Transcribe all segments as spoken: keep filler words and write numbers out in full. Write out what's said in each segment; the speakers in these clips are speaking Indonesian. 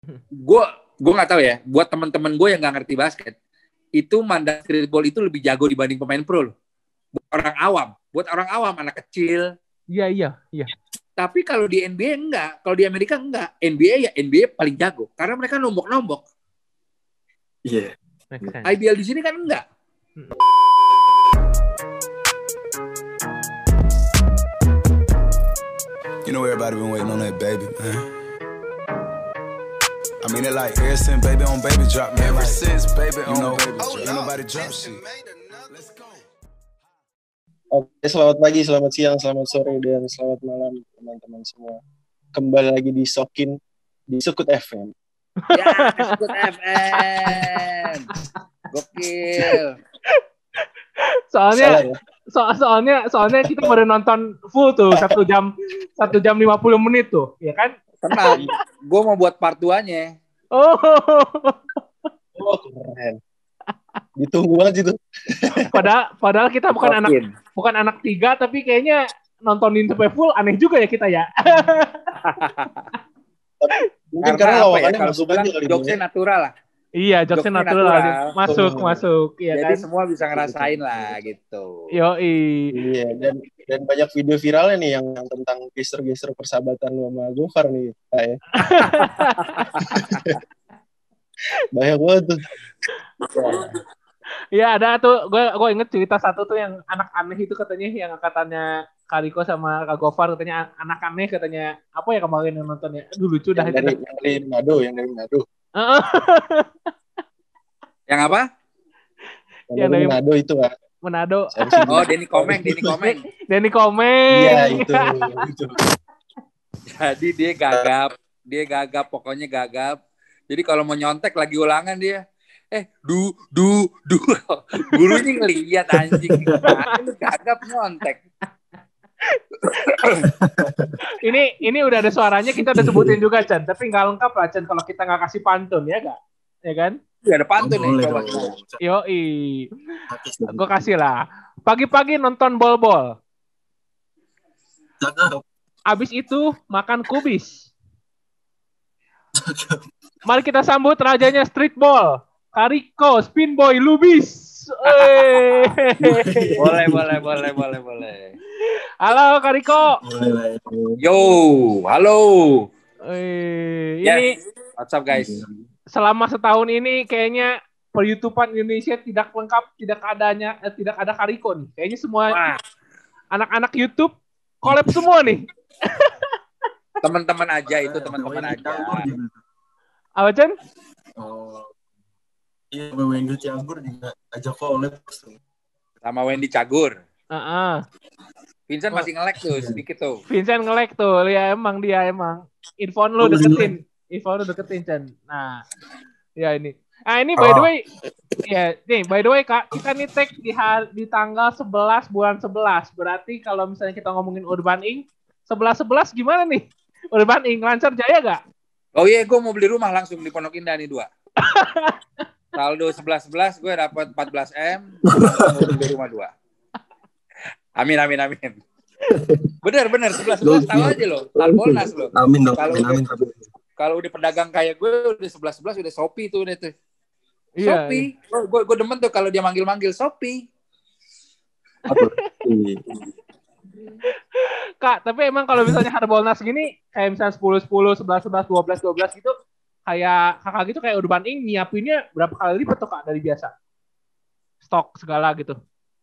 Gue gue nggak tahu ya. Buat teman-teman gue yang nggak ngerti basket, itu mandang streetball itu lebih jago dibanding pemain pro loh. Buat orang awam, buat orang awam, anak kecil. Iya iya iya. Tapi kalau di N B A enggak, kalau di Amerika enggak. N B A ya N B A paling jago karena mereka nombok-nombok. Iya. Yeah. I B L di sini kan enggak. You know everybody been waiting on that baby, man. I mean it like ever since baby on baby drop, man. Ever since baby on baby drop, ain't nobody drop shit. Let's go. Oke, selamat pagi, selamat siang, selamat sore, dan selamat malam teman-teman semua. Kembali lagi di Sokin di Sukut F M. Ya, Sukut F M. Gokil. Soalnya Salah, ya? so, soalnya soalnya kita baru nonton full tuh satu jam satu jam lima puluh menit tuh, ya kan? Tenang, gue mau buat part dua-nya. Oh. Oh, keren. Ditunggu banget itu. Padahal padahal kita bukan Sokin. anak bukan anak tiga, tapi kayaknya nontonin sampai full aneh juga ya kita ya. Tapi, mungkin Karena, karena apa ya, lawakannya kalau masuk bilang aja kali jokesnya ini. natural lah. Iya, jokesnya Jokesnya natural, natural. masuk Oh. masuk, ya Jadi kan? semua bisa ngerasain lah gitu. Yoi. Iya, dan dan banyak video viralnya nih yang, yang tentang geser-geser persahabatan lu sama Gofar nih, Kak, ya. Banyak banget tuh. Iya ada tuh, gue gue inget cerita satu tuh yang anak aneh itu katanya, yang angkatannya Kariko sama Kak Gofar, katanya anak aneh, katanya apa ya kemarin yang nontonnya, aduh lucu dah Yang itu dari, dah. yang dari Manado, yang dari Manado. Yang apa? Yang, Yang dari dari Manado itu, Kak. Manado. Oh, Denny Komeng, Denny Komeng. Denny Komeng. Iya, itu. itu. Jadi dia gagap, dia gagap, pokoknya gagap. Jadi kalau mau nyontek lagi ulangan dia, eh du du du, gurunya ngeliat anjing, lu gagap nyontek. ini ini udah ada suaranya, kita udah sebutin juga Chan, tapi nggak lengkap lah Chan kalau kita nggak kasih pantun, ya gak? Ya kan? Gak ada pantun nih, Boleh coba. dong. Yoi, gue kasih lah. Pagi-pagi nonton bol-bol, Cakep. abis itu makan kubis. Mari kita sambut rajanya streetball, Kariko Spin Boy Lubis. Eh. Boleh, boleh, boleh, boleh, boleh. Halo Kariko. Boleh lah. Yo, halo. Eh, Yes. ini What's up guys? selama setahun ini kayaknya per YouTubean Indonesia tidak lengkap, tidak adanya, eh, tidak ada Kariko nih. Kayaknya semua Wah, anak-anak YouTube collab semua nih. teman-teman aja itu, teman-teman aja. Apa Chan? Oh. Iya, Wendy Cagur juga ajak collab. Sama Wendy Cagur. Uh-uh. Vincent masih nge-lag tuh sedikit tuh. Vincent nge-lag tuh, ya emang dia emang. Info lu deketin, info lu deketin Chan. Nah, ya ini. Ah ini by the way, ya nih by the way Kak, kita nih tag di hari, di tanggal sebelas bulan sebelas. Berarti kalau misalnya kita ngomongin Urban Ink, sebelas sebelas gimana nih? Urban Ink lancar jaya gak? Oh iya, gue mau beli rumah langsung di Pondok Indah nih dua. Saldo sebelas sebelas, gue dapat empat belas M, mau beli rumah dua. Amin, amin, amin. Bener, bener, sebelas sebelas tahu aja loh, Talbolnas loh. Amin dong, Kalau amin, udah, amin. kalau udah pedagang kayak gue, udah sebelas sebelas, udah Shopee tuh, udah tuh. Iya. Shopee, gue, gue, gue demen tuh kalau dia manggil-manggil Shopee. Kak, tapi emang kalau misalnya Harbolnas gini, kayak misalnya sepuluh sepuluh, sebelas sebelas, dua belas dua belas gitu, kayak kakak gitu, kayak Urban Ink nyiapinnya berapa kali lipat tuh Kak dari biasa? Stok segala gitu.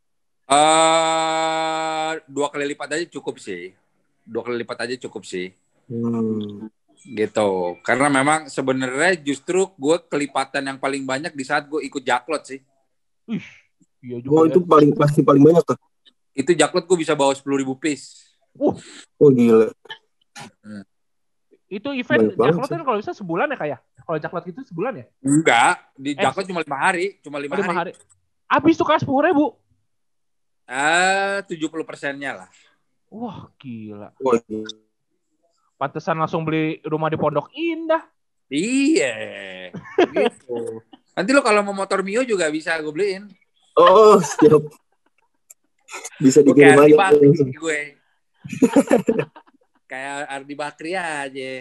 Uh, dua kali lipat aja cukup sih. Dua kali lipat aja cukup sih. Hmm. Gitu. Karena memang sebenarnya justru gue kelipatan yang paling banyak di saat gue ikut jaklot sih. Ih, iya juga. Oh, ya. itu paling pasti paling banyak tuh. Itu jaklot gue bisa bawa sepuluh ribu piece. Uh, Oh, gila. Hmm. itu event Banyak banget jaklot kan kalau bisa sebulan ya kayak. Kalau jaklot itu sebulan ya? Enggak, di Eh, jaklot cuma lima hari, cuma lima Oh, lima hari. hari. Habis tuh Kak sepuluh ribu. Ah, tujuh puluh persennya lah. Wah, gila. Oh, gila. Pantesan langsung beli rumah di Pondok Indah. Iya. Gitu. Nanti lo kalau mau motor Mio juga bisa gue beliin. Oh, siap. Bisa Gue dikirim kayak aja banget langsung. gue. Kayak Ardi Bakri aja.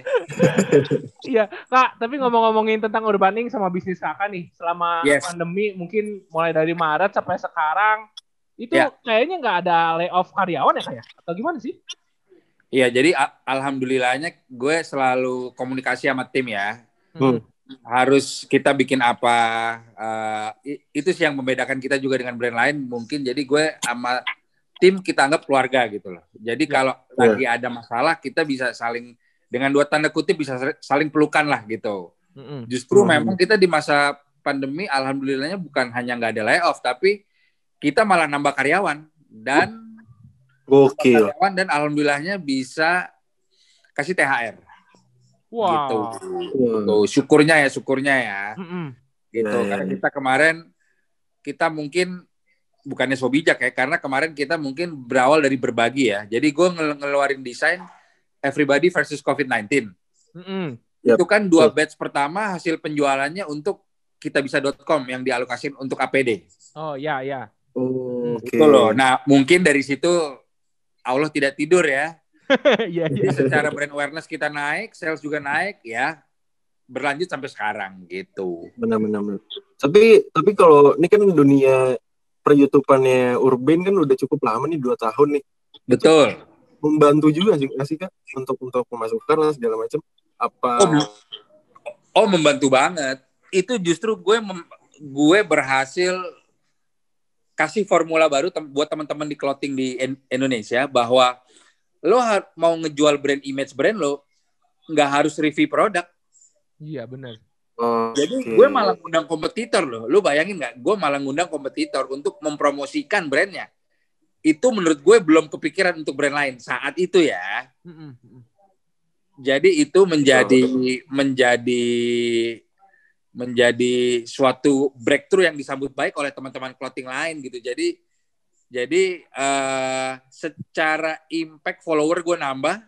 Iya, Kak, tapi ngomong-ngomongin tentang Urbaning sama bisnis Kakak nih, selama Yes. pandemi mungkin mulai dari Maret sampai sekarang, itu Ya. kayaknya nggak ada layoff karyawan ya, Kak ya? Atau gimana sih? Iya, jadi a- alhamdulillahnya gue selalu komunikasi sama tim ya. Hmm. Harus kita bikin apa, uh, i- itu sih yang membedakan kita juga dengan brand lain mungkin. Jadi gue sama tim kita anggap keluarga gitu loh. Jadi Ya. kalau lagi ada masalah kita bisa saling dengan dua tanda kutip bisa saling pelukan lah gitu. Mm-mm. Justru Hmm. memang kita di masa pandemi alhamdulillahnya bukan hanya nggak ada layoff tapi kita malah nambah karyawan dan Gokil. karyawan dan alhamdulillahnya bisa kasih T H R. Wow. Gitu. Wah. Tuh, syukurnya ya, syukurnya ya. Mm-mm. Gitu. Ya, ya, Karena ya. kita kemarin kita mungkin bukannya so bijak ya, karena kemarin kita mungkin berawal dari berbagi ya. Jadi gue ngel- ngeluarin desain Everybody versus covid sembilan belas. Mm-mm. Yep. Itu kan dua Betul. batch pertama hasil penjualannya untuk kitabisa dot com yang dialokasiin untuk A P D. Oh ya ya. Oh, oke. Gitu loh. Nah, mungkin dari situ Allah tidak tidur ya. Iya Jadi iya. secara brand awareness kita naik, sales juga naik ya. Berlanjut sampai sekarang gitu. Benar-benar. benar. Tapi tapi kalau ini kan dunia per-YouTubeannya Urban kan udah cukup lama nih, dua tahun nih. Betul. Membantu juga sih, nggak sih Kak? Untuk untuk pemasukan lah segala macam. Apa? Oh, oh membantu banget. Itu justru gue mem- gue berhasil kasih formula baru tem- buat teman-teman di clothing di in- Indonesia bahwa lo har- mau ngejual brand image brand lo nggak harus review produk. Iya benar. Oh, Jadi oke. gue malah ngundang kompetitor loh. Lo bayangin nggak? Gue malah ngundang kompetitor untuk mempromosikan brandnya. Itu menurut gue belum kepikiran untuk brand lain saat itu ya. Mm-mm. Mm-mm. Jadi itu menjadi menjadi menjadi suatu breakthrough yang disambut baik oleh teman-teman clothing lain gitu. Jadi jadi eh, secara impact follower gue nambah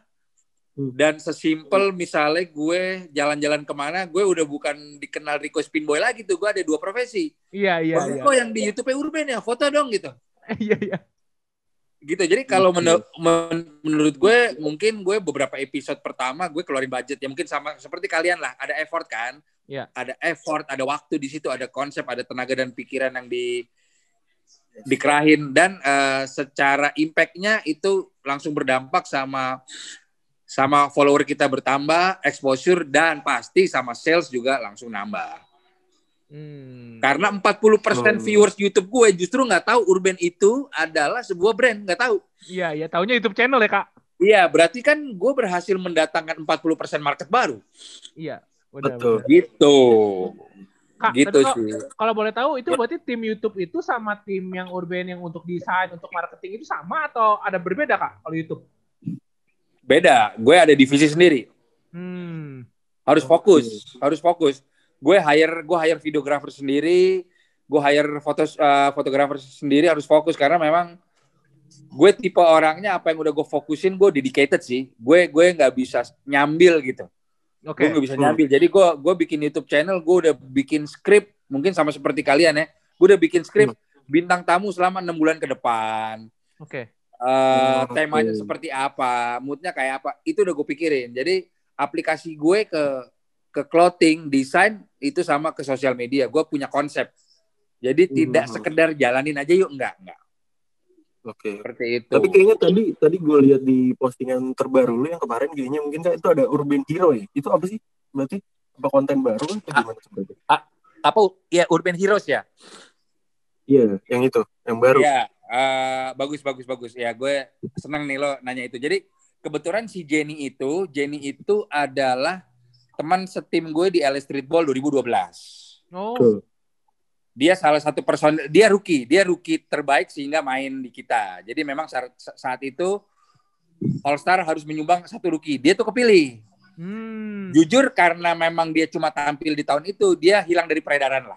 dan sesimpel misalnya gue jalan-jalan kemana gue udah bukan dikenal Rico Spinboy lagi tuh, gue ada dua profesi. Iya iya Bang iya. Rico yang di YouTube Urban ya, foto dong gitu. Iya iya. Gitu. Jadi kalau men- men- menurut gue mungkin gue beberapa episode pertama gue keluarin budget ya mungkin sama seperti kalian lah, ada effort kan, Iya. ada effort, ada waktu di situ, ada konsep, ada tenaga dan pikiran yang di dikerahin dan uh, secara impact-nya itu langsung berdampak sama sama follower kita bertambah, exposure dan pasti sama sales juga langsung nambah. Hmm. Karena empat puluh persen Oh. viewers YouTube gue justru nggak tahu Urban itu adalah sebuah brand, nggak tahu. Iya iya. Taunya YouTube channel ya Kak. Iya, berarti kan gue berhasil mendatangkan empat puluh persen market baru. Iya. Benar, Betul. benar. Gitu. Kak, Gitu tapi kalau- sih. Kalau boleh tahu itu berarti tim YouTube itu sama tim yang Urban yang untuk desain, untuk marketing itu sama atau ada berbeda Kak kalau YouTube? Beda, gue ada divisi sendiri. Hmm. Harus fokus, harus fokus. Gue hire, gue hire videographer sendiri, gue hire foto uh, fotografer sendiri, harus fokus karena memang gue tipe orangnya apa yang udah gue fokusin gue dedicated sih. Gue gue nggak bisa nyambil gitu. Oke. Gue nggak bisa nyambil. Jadi gue gue bikin YouTube channel, gue udah bikin skrip, mungkin sama seperti kalian ya. Gue udah bikin skrip bintang tamu selama enam bulan ke depan. Oke. Uh, Oke. temanya seperti apa, moodnya kayak apa, itu udah gue pikirin. Jadi aplikasi gue ke ke clothing, desain itu sama ke sosial media. Gue punya konsep. Jadi Hmm. tidak sekedar jalanin aja yuk, enggak, enggak. Oke. Seperti itu. Tapi kayaknya tadi tadi gue lihat di postingan terbaru lu yang kemarin kayaknya mungkin Kak, itu ada Urban Hero ya. Itu apa sih? Berarti apa konten baru kan? Atau gimana sebenarnya? Apa? Ya Urban Heroes ya. Iya, yang itu, yang baru. Iya, uh, bagus bagus bagus. Ya, gue senang nih lo nanya itu. Jadi kebetulan si Jenny itu, Jenny itu adalah teman setim gue di L A Streetball dua ribu dua belas. Oh. Tuh. Dia salah satu person, dia rookie, dia rookie terbaik sehingga main di kita. Jadi memang saat, saat itu All Star harus menyumbang satu rookie. Dia tuh kepilih. Hmm. Jujur karena memang dia cuma tampil di tahun itu, dia hilang dari peredaran lah.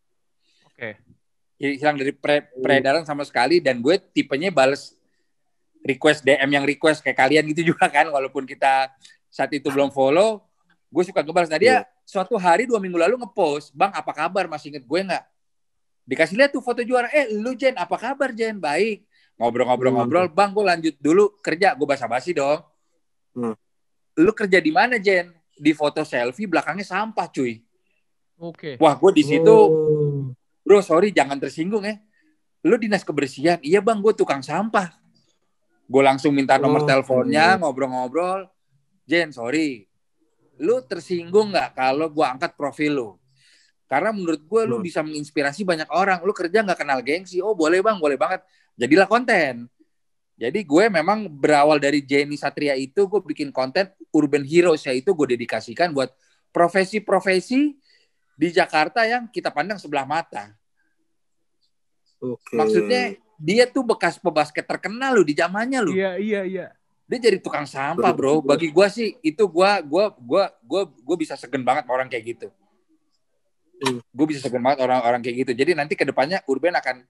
Oke. Hilang dari pre- peredaran sama sekali dan gue tipenya bales request D M yang request kayak kalian gitu juga kan, walaupun kita saat itu belum follow, gue suka ngebales. Nah dia suatu hari dua minggu lalu ngepost, Bang apa kabar, masih inget gue nggak? Dikasih lihat tuh foto juara, eh lu Jen apa kabar Jen? Baik. Ngobrol-ngobrol-ngobrol, Bang gue lanjut dulu kerja, gue basa-basi dong. Hmm. Lu kerja di mana, Jen? Di foto selfie belakangnya sampah, cuy. Oke. Wah, gue di situ, Oh. bro, sorry, jangan tersinggung ya. Lu dinas kebersihan? Iya bang, gue tukang sampah. Gue langsung minta nomor Oh, teleponnya, iya. ngobrol-ngobrol. Jen, sorry. Lu tersinggung nggak kalau gue angkat profil lu? Karena menurut gue lu Hmm. bisa menginspirasi banyak orang. Lu kerja nggak kenal gengsi. Oh boleh bang, boleh banget. Jadilah konten. Jadi gue memang berawal dari Jenny Satria itu, gue bikin konten Urban Heroes, yaitu gue dedikasikan buat profesi-profesi di Jakarta yang kita pandang sebelah mata. Oke. Maksudnya dia tuh bekas pebasket terkenal lu di zamannya lu. Iya, iya, iya. Dia jadi tukang sampah, bro. Bagi gue sih itu gue gua gua gua gua bisa segen banget orang kayak gitu. Hmm. Gue bisa segen banget orang-orang kayak gitu. Jadi nanti kedepannya Urban akan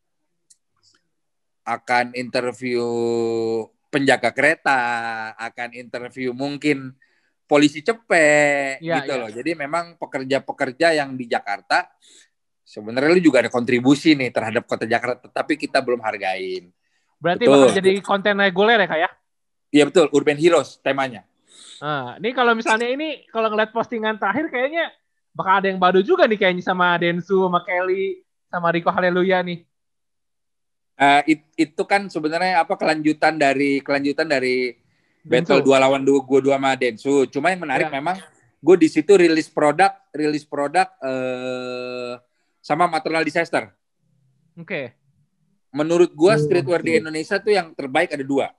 akan interview penjaga kereta, akan interview mungkin polisi cepet Iya, gitu iya. loh. Jadi memang pekerja-pekerja yang di Jakarta sebenarnya lu juga ada kontribusi nih terhadap kota Jakarta, tetapi kita belum hargain. Berarti Betul. bakal jadi konten reguler ya, Kak ya? Iya betul, Urban Heroes temanya. Nah, ini kalau misalnya ini kalau ngeliat postingan terakhir kayaknya bakal ada yang baru juga nih kayaknya sama Densu, sama Kelly, sama Rico Haleluya nih. Uh, it, itu kan sebenarnya apa kelanjutan dari kelanjutan dari Densu. battle dua lawan dua gue dua sama Densu. Cuma yang menarik Ya. memang gue di situ rilis produk, rilis produk uh, sama material disaster. Oke. Okay. Menurut gue Hmm, streetwear oke. di Indonesia tuh yang terbaik ada dua.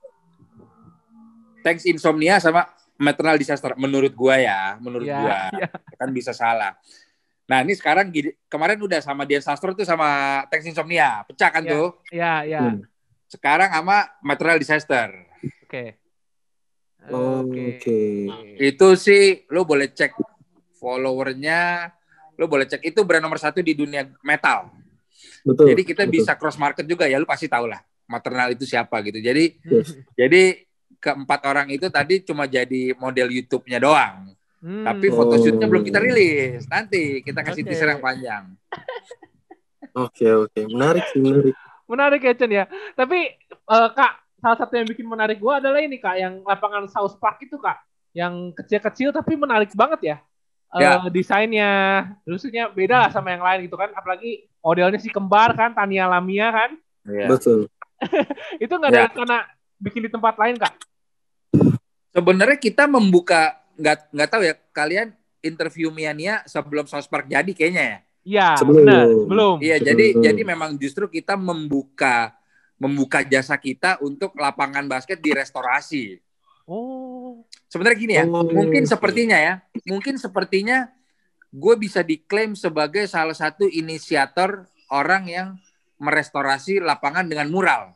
Thanks Insomnia sama material disaster. Menurut gue ya, menurut Ya, gue ya. kan bisa salah. Nah ini sekarang kemarin udah sama Dian Sastro tuh sama Thanks Insomnia, pecah kan Ya, tuh. ya, ya. Hmm. Sekarang sama material disaster. Oke. Oke. Oke. Itu sih lo boleh cek followernya, lo boleh cek itu brand nomor satu di dunia metal. Betul. Jadi kita betul. bisa cross market juga ya, lo pasti tahu lah maternal itu siapa gitu. Jadi Yes. jadi keempat orang itu tadi cuma jadi model YouTube-nya doang. Hmm. Tapi photoshootnya belum kita rilis. Nanti kita kasih Oke. teaser yang panjang. Oke, oke. Menarik sih, menarik. Menarik ya, Chen ya. Tapi uh, Kak, salah satu yang bikin menarik gue adalah ini Kak, yang lapangan South Park itu Kak, yang kecil-kecil tapi menarik banget ya. Uh, Ya. Desainnya, terusnya beda lah sama yang lain gitu kan. Apalagi modelnya si kembar kan, Tania Lamia kan. Ya. Betul. Itu nggak ada Ya. karena bikin di tempat lain Kak? Sebenarnya kita membuka nggak nggak tahu ya kalian interview Miania sebelum South Park jadi kayaknya ya. Iya, Sebelum. benar, sebelum. Iya, Betul. jadi jadi memang justru kita membuka membuka jasa kita untuk lapangan basket di restorasi. Oh. Sebenarnya gini ya, Oh. mungkin sepertinya ya, mungkin sepertinya gue bisa diklaim sebagai salah satu inisiator orang yang merestorasi lapangan dengan mural.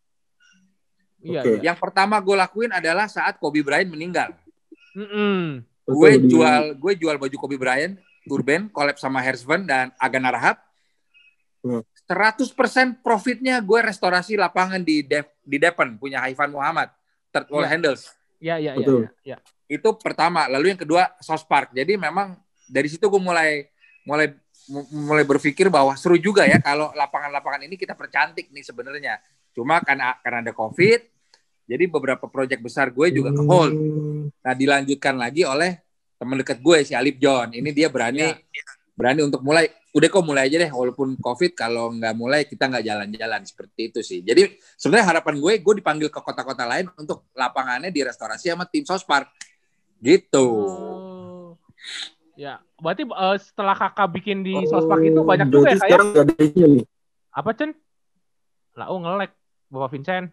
Iya, Oke. iya. Yang pertama gue lakuin adalah saat Kobe Bryant meninggal. Mm-mm. Gue Betul, di- jual gue jual baju Kobe Bryant, Urban, collab sama Hersven dan Agana Rahab. Hmm. seratus persen profitnya gue restorasi lapangan di Dev, di Depen punya Haifan Muhammad, Third Wall Iya. Handles. Iya, iya, iya, Betul. iya, iya. Itu pertama. Lalu yang kedua South Park. Jadi memang dari situ gue mulai mulai mulai berpikir bahwa seru juga ya kalau lapangan-lapangan ini kita percantik nih sebenarnya. Cuma karena karena ada COVID, jadi beberapa proyek besar gue juga ke hold. Hmm. Nah dilanjutkan lagi oleh teman dekat gue si Alip John. Ini dia berani Ya. berani untuk mulai. Udah kok mulai aja deh walaupun COVID, kalau nggak mulai kita nggak jalan-jalan seperti itu sih. Jadi sebenarnya harapan gue gue dipanggil ke kota-kota lain untuk lapangannya direstorasi sama tim South Park. Gitu. Oh. Ya, berarti uh, setelah kakak bikin di South Park itu banyak Oh, juga ya berarti kayak sekarang nggak ada isinya nih. apa Cen? Lah, oh nge-lag Bapak Vincent.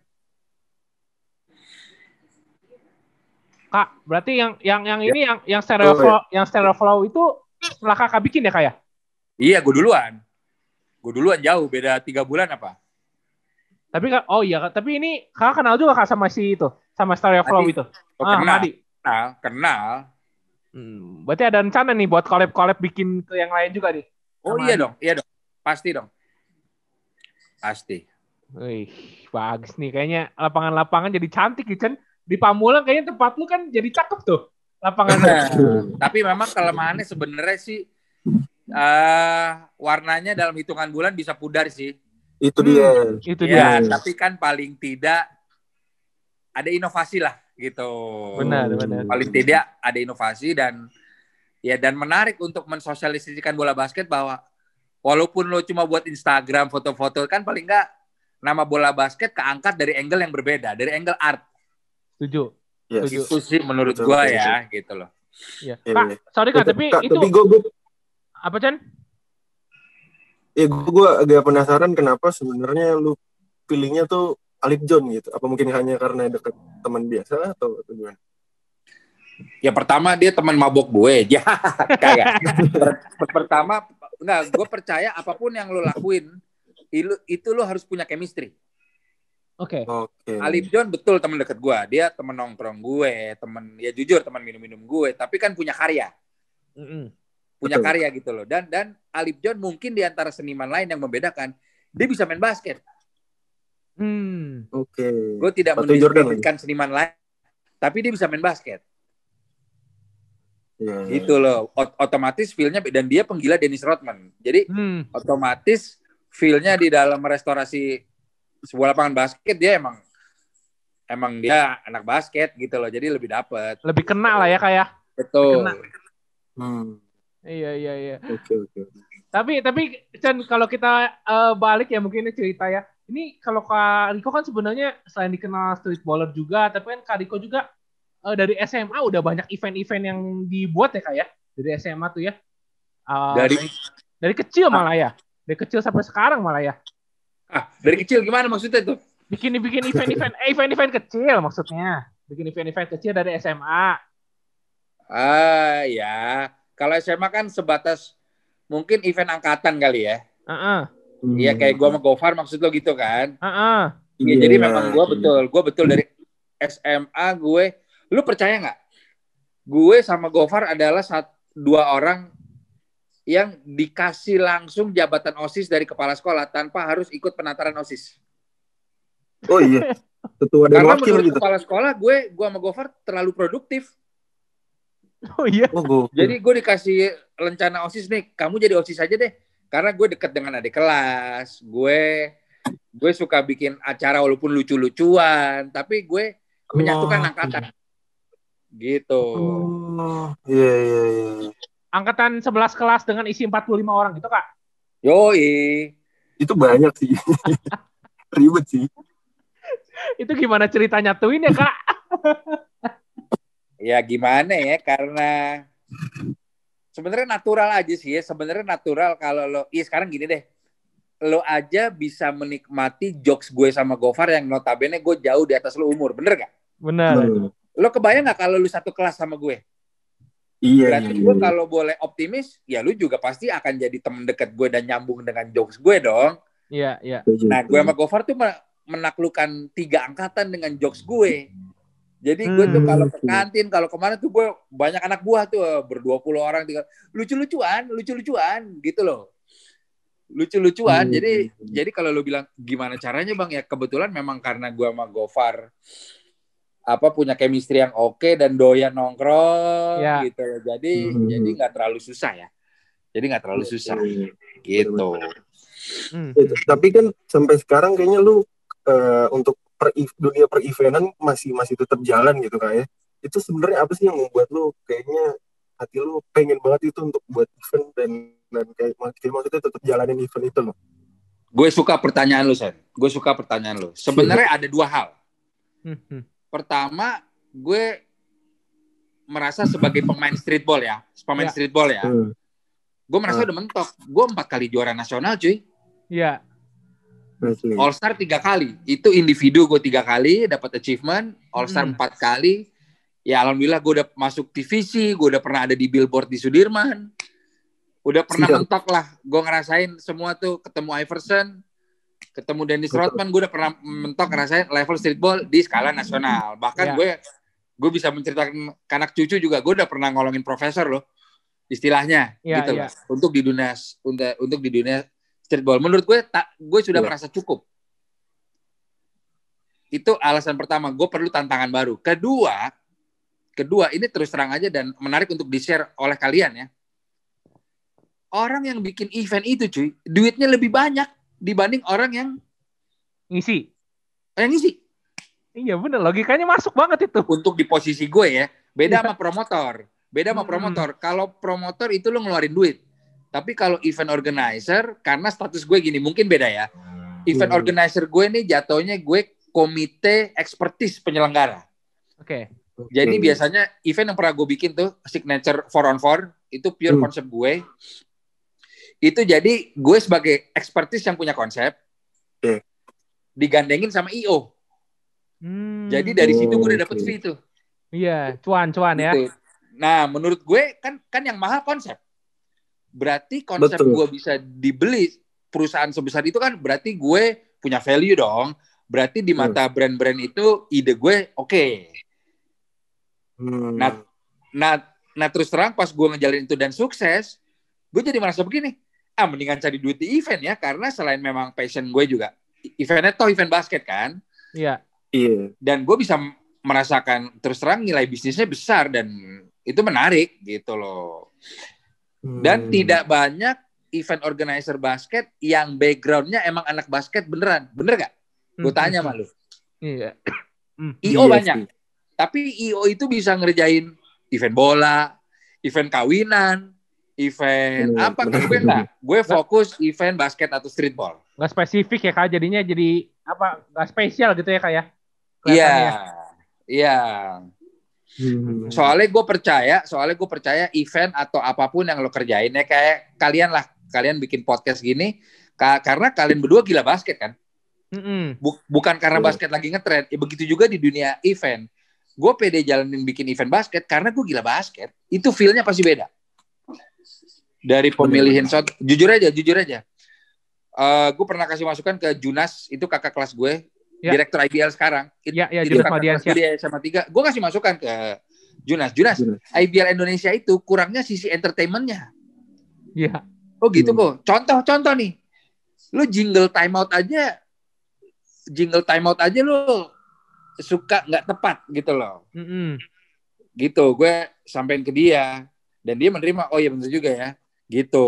Kak, berarti yang yang yang ini yang yang stereo Oh, flow, yang stereo flow itu setelah kakak bikin ya kak ya? Iya, gue duluan. Gue duluan jauh, beda tiga bulan apa? Tapi kak, oh iya kak, tapi ini kakak kenal juga kak sama si itu, sama stereo flow Adi. itu. Oh, Ah, kenal. Madi. Kenal, kenal. Hmm, berarti ada rencana nih buat collab-collab bikin ke yang lain juga nih. Oh Sama iya Adi. dong, iya dong. Pasti dong. Pasti. Wih, bagus nih. Kayaknya lapangan-lapangan jadi cantik nih, Cen. Di Pamulang kayaknya tempat lu kan jadi cakep tuh lapangannya. Tapi memang kelemahannya sebenarnya sih uh, warnanya dalam hitungan bulan bisa pudar sih. Itu Hmm, dia. Itu Ya, dia. tapi kan paling tidak ada inovasi lah. gitu. Benar, benar. Paling tidak ada inovasi dan ya dan menarik untuk mensosialisasikan bola basket bahwa walaupun lo cuma buat Instagram foto-foto kan paling enggak nama bola basket keangkat dari angle yang berbeda, dari angle art. Setuju. Yes. Setuju. Itu sih menurut Betul, gua betul, ya, gitu loh. Iya. Iya, Kak, iya. sorry Kak, Eh, tapi Kak, itu tapi gue gue apa Chan? ya gue agak penasaran kenapa sebenarnya lu pilihnya tuh Alip John gitu. Apa mungkin hanya karena deket teman biasa atau, atau gimana? Ya pertama dia teman mabok gue, ya kagak. Per- pertama enggak, gue percaya apapun yang lo lakuin itu, itu lo harus punya chemistry. Oke. Oke. Alip John betul teman deket gue, dia teman nongkrong gue, teman ya jujur teman minum-minum gue, tapi kan punya karya, Mm-mm. punya Betul. karya gitu loh. Dan dan Alip John mungkin di antara seniman lain yang membedakan dia bisa main basket. Hmm. Oke. Gue tidak Sepatu Jordan mendiskreditkan seniman lain, tapi dia bisa main basket. Ya. Gitu loh. Ot- otomatis feel-nya dan dia penggila Dennis Rodman. Jadi Hmm. otomatis feel-nya di dalam restorasi sebuah lapangan basket dia emang emang dia anak basket gitu loh. Jadi lebih dapet. Lebih kena lah ya kayak. Betul. Kena. Hmm. Iya iya iya. Oke oke. Tapi tapi Chan kalau kita eh, balik ya mungkin ini cerita ya. Ini kalau Kak Riko kan sebenarnya selain dikenal street baller juga, tapi kan Kak Riko juga eh, dari S M A udah banyak event-event yang dibuat ya Kak ya. Dari S M A tuh ya. Eh, Dari dari, dari kecil malah ya. Dari kecil sampai sekarang malah ya. ah, dari kecil gimana maksudnya tuh? Bikin bikin event-event eh, event-event kecil maksudnya. Bikin event-event kecil dari S M A. Ah, ya. Kalau S M A kan sebatas mungkin event angkatan kali ya. Heeh. Iya, kayak gua sama Gofar maksud lo gitu kan? Heeh. Iya, jadi memang gue betul, gue betul dari S M A gue, lu percaya nggak? Gue sama Gofar adalah satu, dua orang yang dikasih langsung jabatan OSIS dari kepala sekolah tanpa harus ikut penataran OSIS. Oh iya, ketua dan Karena wakil menurut gitu. kepala sekolah gue, gue sama Gofar terlalu produktif. Oh iya. Oh gokil. Jadi gue dikasih rencana OSIS nih, kamu jadi OSIS aja deh. Karena gue dekat dengan adik kelas, gue gue suka bikin acara walaupun lucu-lucuan, tapi gue menyatukan Oh, angkatan. Gitu. Oh, iya iya iya. Angkatan sebelas kelas dengan isi empat puluh lima orang gitu Kak. Yoi. Itu banyak sih. Ribet sih. Itu gimana cerita nyatuin ya Kak? Ya gimana ya, karena sebenarnya natural aja sih ya. Sebenarnya natural kalau lo, iya sekarang gini deh. Lo aja bisa menikmati jokes gue sama Gofar yang notabene gue jauh di atas lo umur. Bener gak? Benar. Hmm. Lo kebayang gak kalau lo satu kelas sama gue? Iya. Berarti iya, gue iya. kalau boleh optimis, ya lo juga pasti akan jadi temen deket gue dan nyambung dengan jokes gue dong. Iya, iya. Nah, gue sama Gofar tuh menaklukkan tiga angkatan dengan jokes gue. Jadi gue tuh Hmm. kalau ke kantin, kalau kemana tuh gue banyak anak buah tuh berdua puluh orang, tiga lucu-lucuan, lucu-lucuan gitu loh, lucu-lucuan. Hmm. Jadi jadi kalau lo bilang gimana caranya bang, ya kebetulan memang karena gue sama Gofar apa punya chemistry yang oke dan doyan nongkrong Ya. gitu loh. Jadi Hmm. jadi nggak terlalu susah ya. Jadi nggak terlalu susah Iya. gitu. Hmm. Itu. Tapi kan sampai sekarang kayaknya lu uh, untuk per, dunia per-eventan masih masih tetap jalan gitu kayak. Itu sebenarnya apa sih yang membuat lu kayaknya hati lu pengen banget itu untuk buat event dan dan kayak, kayak maksudnya tetap jalanin event itu loh. Gue suka pertanyaan lu, Sen. Gue suka pertanyaan lu. Sebenarnya ada dua hal. Hmm. Pertama, gue merasa sebagai pemain streetball ya, pemain Ya. streetball ya. Hmm. Gue merasa Hmm. udah mentok. Gue empat kali juara nasional, cuy. Iya. Asli. All Star tiga kali. Itu individu gue tiga kali dapat achievement. All Star Hmm. empat kali. Ya alhamdulillah gue udah masuk T V C. Gue udah pernah ada di billboard di Sudirman. Udah pernah Siap. mentok lah. Gue ngerasain semua tuh. Ketemu Iverson, ketemu Dennis Betul. Rodman. Gue udah pernah mentok ngerasain level streetball di skala nasional. Bahkan Ya. gue gue bisa menceritakan ke anak cucu juga. Gue udah pernah ngolongin profesor loh. Istilahnya Ya, gitu ya. loh. Untuk di dunia untuk, untuk di dunia streetball. Menurut gue tak gue sudah Ya. merasa cukup. Itu alasan pertama. Gue perlu tantangan baru. Kedua, kedua ini terus terang aja dan menarik untuk di-share oleh kalian ya. Orang yang bikin event itu cuy, duitnya lebih banyak dibanding orang yang Ngisi. yang ngisi. Iya bener, logikanya masuk banget itu. Untuk di posisi gue ya, beda Iya. sama promotor. Beda sama Hmm. promotor. Kalau promotor itu lo ngeluarin duit. Tapi kalau event organizer, karena status gue gini, mungkin beda ya. Event Hmm. organizer gue nih jatuhnya gue komite ekspertis penyelenggara. Oke. Jadi Oke. biasanya event yang pernah gue bikin tuh, signature four on four, itu pure Hmm. konsep gue. Itu jadi gue sebagai ekspertis yang punya konsep, Oke. digandengin sama I O. Hmm. Jadi dari situ gue udah dapet Oke. fee tuh. Iya, cuan-cuan ya. Gitu. Nah, menurut gue kan kan yang mahal konsep. Berarti konsep Betul. gue bisa dibeli perusahaan sebesar itu kan berarti gue punya value dong. Berarti di mata brand-brand itu ide gue oke. Okay. Hmm. Nah, nah, nah terus terang pas gue ngejalin itu dan sukses, gue jadi merasa begini. Ah, mendingan cari duit di event ya, karena selain memang passion gue juga, eventnya toh event basket kan. Iya. Iya. Dan gue bisa merasakan terus terang nilai bisnisnya besar dan itu menarik gitu loh. Dan Hmm. tidak banyak event organizer basket yang backgroundnya emang anak basket beneran. Bener gak? Gue tanya sama lu. Iya. Hmm. I O Iya banyak. sih. Tapi I O itu bisa ngerjain event bola, event kawinan, event Bener, apa. bener. Gue enggak. Gue fokus event basket atau streetball. Gak spesifik ya Kak, jadinya jadi apa? Gak spesial gitu ya Kak ya? Iya. Kelihatannya ya. Iya. Hmm. Soalnya gue percaya, soalnya gue percaya event atau apapun yang lo kerjain ya kayak kalian lah, kalian bikin podcast gini, ka- karena kalian berdua gila basket kan, Mm-mm. Buk- bukan karena Iya. basket lagi ngetrend. Ya begitu juga di dunia event. Gue pede jalanin bikin event basket karena gue gila basket. Itu feel-nya pasti beda. Dari pemilihan shot, jujur aja, jujur aja. Uh, gue pernah kasih masukan ke Junas, itu kakak kelas gue, Ya. direktur I B L sekarang. It, Ya, ya, itu Junas kakak kelas Madiansyah. gue di S M A tiga. Gue kasih masukan ke Junas. Junas, Junas. I B L Indonesia itu kurangnya sisi entertainment-nya. Iya. Oh gitu Hmm. kok. Contoh-contoh nih. Lu jingle timeout aja, jingle timeout aja lu suka nggak tepat gitu loh. Mm-mm. Gitu. Gue sampein ke dia. Dan dia menerima, oh iya bener juga ya. Gitu.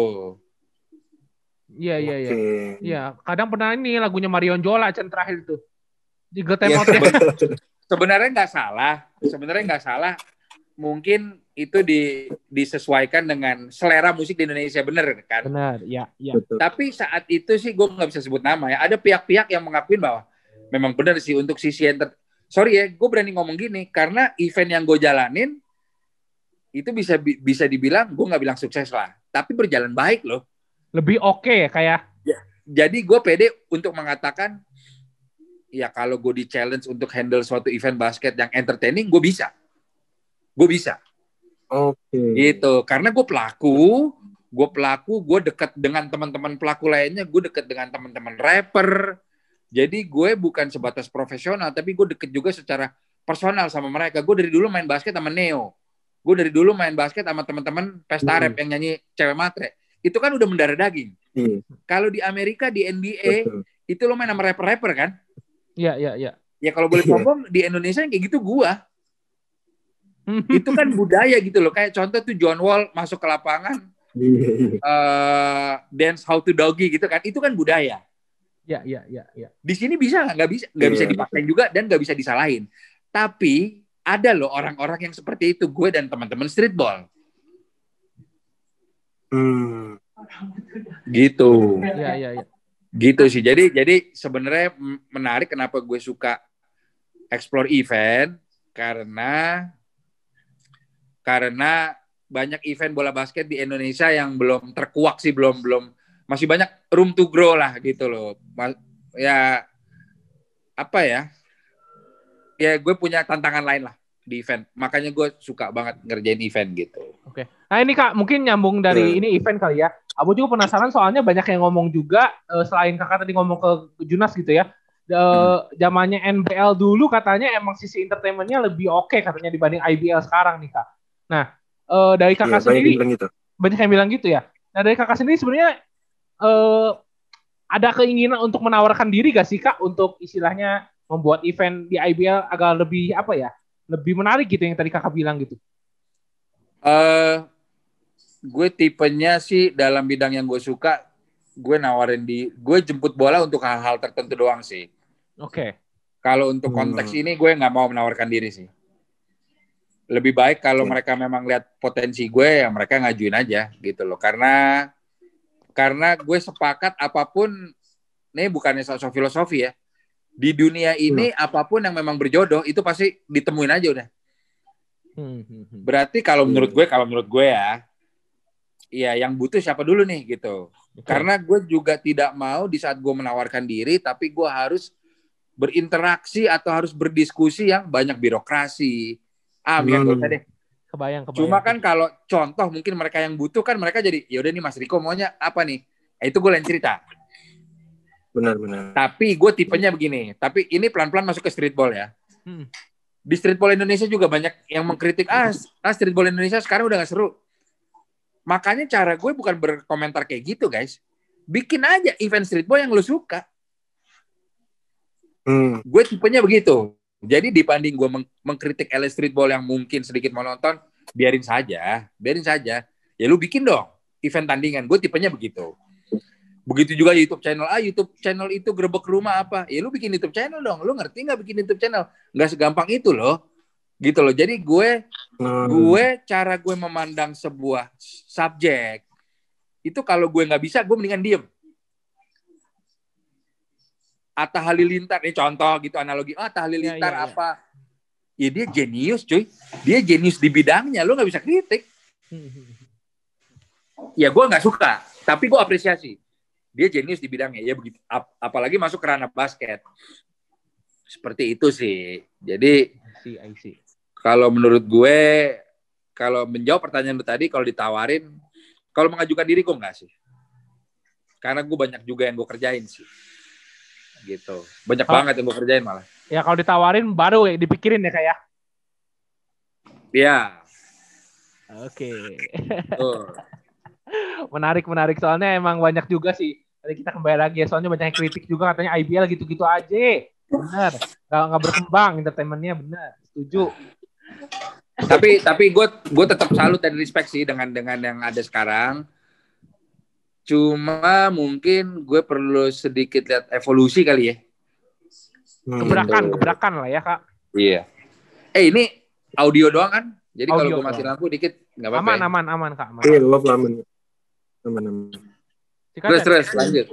Iya, iya, iya. Oke. Iya, kadang pernah ini lagunya Marion Jola Cen terakhir itu. Jingle timeout-nya. Sebenarnya nggak salah. Sebenarnya nggak salah. Mungkin itu di, disesuaikan dengan selera musik di Indonesia, bener kan? Benar, iya, iya. Betul. Tapi saat itu sih gue nggak bisa sebut nama ya. Ada pihak-pihak yang mengakuin bahwa memang benar sih untuk sisi enter. Sorry ya, gue berani ngomong gini karena event yang gue jalanin itu bisa bisa dibilang gue nggak bilang sukses lah, tapi berjalan baik loh. Lebih oke ya kayak. Jadi gue pede untuk mengatakan, ya kalau gue di challenge untuk handle suatu event basket yang entertaining, gue bisa. Gue bisa. Oke. Gitu. Karena gue pelaku, gue pelaku, gue dekat dengan teman-teman pelaku lainnya, gue dekat dengan teman-teman rapper. Jadi gue bukan sebatas profesional, tapi gue deket juga secara personal sama mereka. Gue dari dulu main basket sama Neo. Gue dari dulu main basket sama teman-teman pesta rap yang nyanyi cewek matre. Itu kan udah mendarah daging. Iya. Kalau di Amerika, di N B A, Betul. itu lo main sama rapper-rapper kan? Iya, iya, iya. Ya kalau boleh ngomong, di Indonesia yang kayak gitu gua. Itu kan budaya gitu loh. Kayak contoh tuh John Wall masuk ke lapangan, Iya, iya. uh, dance how to doggy gitu kan. Itu kan budaya. Iya, iya, iya, iya. Di sini bisa nggak? Nggak bisa, nggak bisa Iya, dipaksain juga dan nggak bisa disalahin. Tapi ada loh orang-orang yang seperti itu. Gue dan teman-teman streetball. Hmm. Gitu. Iya, iya, iya. Gitu sih. Jadi jadi sebenarnya menarik kenapa gue suka explore event karena karena banyak event bola basket di Indonesia yang belum terkuak sih, belum belum masih banyak room to grow lah gitu loh. Ya apa ya? Ya gue punya tantangan lain lah di event. Makanya gue suka banget ngerjain event gitu. Oke. Nah ini Kak, mungkin nyambung dari Hmm. ini event kali ya. Aku juga penasaran soalnya banyak yang ngomong juga, eh, selain Kakak tadi ngomong ke Junas gitu ya. Eh, zamannya N B L dulu katanya emang sisi entertainment-nya lebih oke katanya dibanding I B L sekarang nih Kak. Nah, eh, dari Kakak Iya, banyak sendiri, yang bilang gitu. banyak yang bilang gitu ya. Nah dari Kakak sendiri sebenarnya eh, ada keinginan untuk menawarkan diri gak sih Kak untuk istilahnya membuat event di I B L agak lebih apa ya, lebih menarik gitu yang tadi Kakak bilang gitu. Uh, gue tipenya sih dalam bidang yang gue suka, gue nawarin di, gue jemput bola untuk hal-hal tertentu doang sih. Oke. Kalau untuk konteks hmm. ini gue nggak mau menawarkan diri sih. Lebih baik kalau hmm. mereka memang lihat potensi gue, ya mereka ngajuin aja gitu loh. Karena karena gue sepakat apapun, ini bukannya soal filosofi ya. Di dunia ini hmm. apapun yang memang berjodoh itu pasti ditemuin aja udah. Hmm. Berarti kalau menurut gue, kalau menurut gue ya, ya yang butuh siapa dulu nih gitu. Okay. Karena gue juga tidak mau di saat gue menawarkan diri, tapi gue harus berinteraksi atau harus berdiskusi yang banyak birokrasi. Ah, hmm. gak usah deh. Kebayang, kebayang. Cuma kan kalau contoh mungkin mereka yang butuh kan mereka jadi, ya udah nih Mas Riko maunya apa nih? Eh, itu gue lain cerita. Benar-benar. Tapi gue tipenya begini. Tapi ini pelan-pelan masuk ke streetball ya. Hmm. Di streetball Indonesia juga banyak yang mengkritik, ah, ah streetball Indonesia sekarang udah gak seru. Makanya cara gue bukan berkomentar kayak gitu guys. Bikin aja event streetball yang lo suka. Hmm. Gue tipenya begitu. Jadi dibanding gue meng- mengkritik L A Streetball yang mungkin sedikit menonton, biarin saja, biarin saja. Ya lu bikin dong event tandingan. Gue tipenya begitu. Begitu juga YouTube channel. Ah YouTube channel itu gerebek rumah apa? Ya lu bikin YouTube channel dong. Lu ngerti nggak bikin YouTube channel? Nggak segampang itu loh. Gitu loh. Jadi gue, hmm. gue cara gue memandang sebuah subjek itu kalau gue nggak bisa, gue mendingan diem. Atta Halilintar, ini contoh gitu analogi. Oh, Atta Halilintar ya, ya, ya. apa? Ya dia jenius cuy. Dia jenius di bidangnya. Lu gak bisa kritik. Ya gue gak suka. Tapi gue apresiasi. Dia jenius di bidangnya. Ya begitu. Ap- apalagi masuk ke ranah basket. Seperti itu sih. Jadi I see, I see. Kalau menurut gue, kalau menjawab pertanyaan lu tadi, kalau ditawarin, kalau mengajukan diri gue gak sih. Karena gue banyak juga yang gue kerjain sih. Gitu. Banyak oh. banget yang gue kerjain malah. Ya kalau ditawarin baru ya dipikirin ya kayak. Iya. Oke. Oh. Menarik menarik soalnya emang banyak juga sih. Tadi kita kembali lagi ya soalnya banyak yang kritik juga katanya I B L gitu-gitu aja. Benar. Gak nggak berkembang entertainmentnya benar. Setuju. tapi tapi gue gue tetap salut dan respect sih dengan dengan yang ada sekarang. Cuma mungkin gue perlu sedikit lihat evolusi kali ya. Gebrakan, hmm. gebrakan lah ya kak. Iya. Eh ini audio doang kan? Jadi kalau gue mati lampu dikit nggak apa-apa. Aman, ya? aman, aman kak. Aman. Iya, love aman. Aman, aman. Terus, terus lanjut.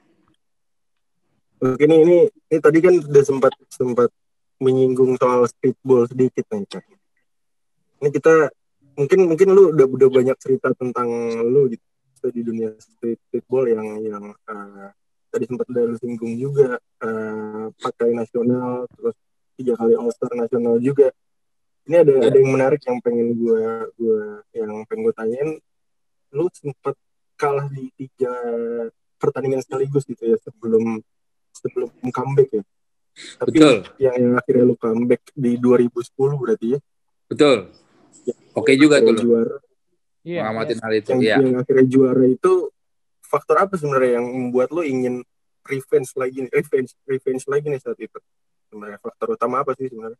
Oke, ini, ini, ini tadi kan udah sempat sempat menyinggung soal streetball sedikit nih kak. Ini kita mungkin mungkin lu udah udah banyak cerita tentang lu gitu. Di dunia street streetball yang yang uh, tadi sempat udah lu singgung juga uh, pakai nasional terus tiga kali All Star nasional juga. Ini ada yeah. ada yang menarik yang pengen gue gue yang pengen gue tanyain. Lu sempat kalah di tiga pertandingan sekaligus gitu ya sebelum sebelum comeback ya. Tapi Betul. yang yang akhirnya lu comeback di dua ribu sepuluh berarti ya. Betul. Ya, Oke juga tuh juara. Iya, ngamatin ya. hal itu. Yang, ya. yang akhirnya juara itu faktor apa sebenarnya yang membuat lo ingin revenge lagi nih, revenge, revenge lagi nih saat itu? Sebenarnya faktor utama apa sih sebenarnya?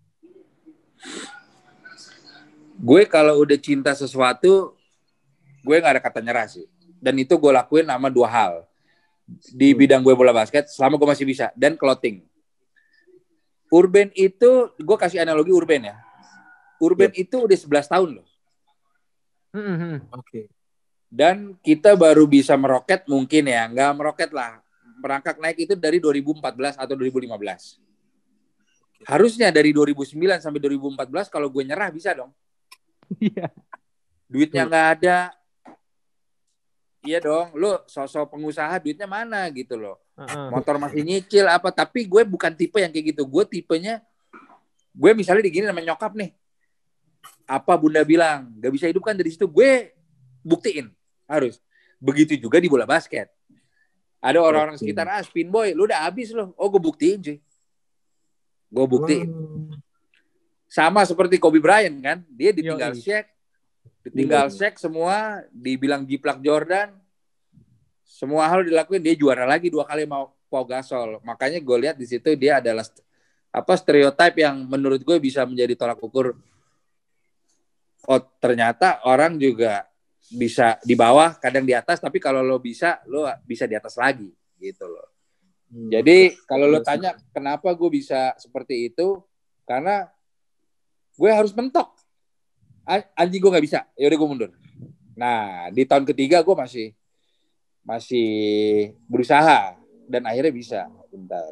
Gue kalau udah cinta sesuatu, gue nggak ada kata nyerah sih. Dan itu gue lakuin sama dua hal di bidang gue bola basket selama gue masih bisa dan clothing. Urban itu, gue kasih analogi Urban ya. Urban yep. itu udah sebelas tahun loh. Mm-hmm. Oke. Okay. Dan kita baru bisa meroket mungkin ya, nggak meroket lah, merangkak naik itu dari dua ribu empat belas atau dua ribu lima belas. Harusnya dari dua ribu sembilan sampai dua ribu empat belas kalau gue nyerah bisa dong. Iya. Duitnya nggak ada. Iya dong, lo sosok pengusaha duitnya mana gitu loh. Uh-huh. Motor masih nyicil apa, tapi gue bukan tipe yang kayak gitu. Gue tipenya, gue misalnya digini sama nyokap nih. Apa bunda bilang, gak bisa hidup kan dari situ, gue buktiin, harus. Begitu juga di bola basket. Ada orang-orang sekitar, ah spin boy, lu udah habis loh. Oh gue buktiin cuy. Gue buktiin. Hmm. Sama seperti Kobe Bryant kan, dia ditinggal Shaq, ditinggal Shaq semua, dibilang jiplak Jordan, semua hal dilakuin, dia juara lagi dua kali mau Pau Gasol. Makanya gue lihat di situ dia adalah apa stereotip yang menurut gue bisa menjadi tolak ukur. Oh ternyata orang juga bisa di bawah, kadang di atas, tapi kalau lo bisa, lo bisa di atas lagi, gitu loh. Jadi kalau lo tanya kenapa gue bisa seperti itu, karena gue harus mentok. Anjing gue nggak bisa, ya udah gue mundur. Nah di tahun ketiga gue masih masih berusaha dan akhirnya bisa. Bentar.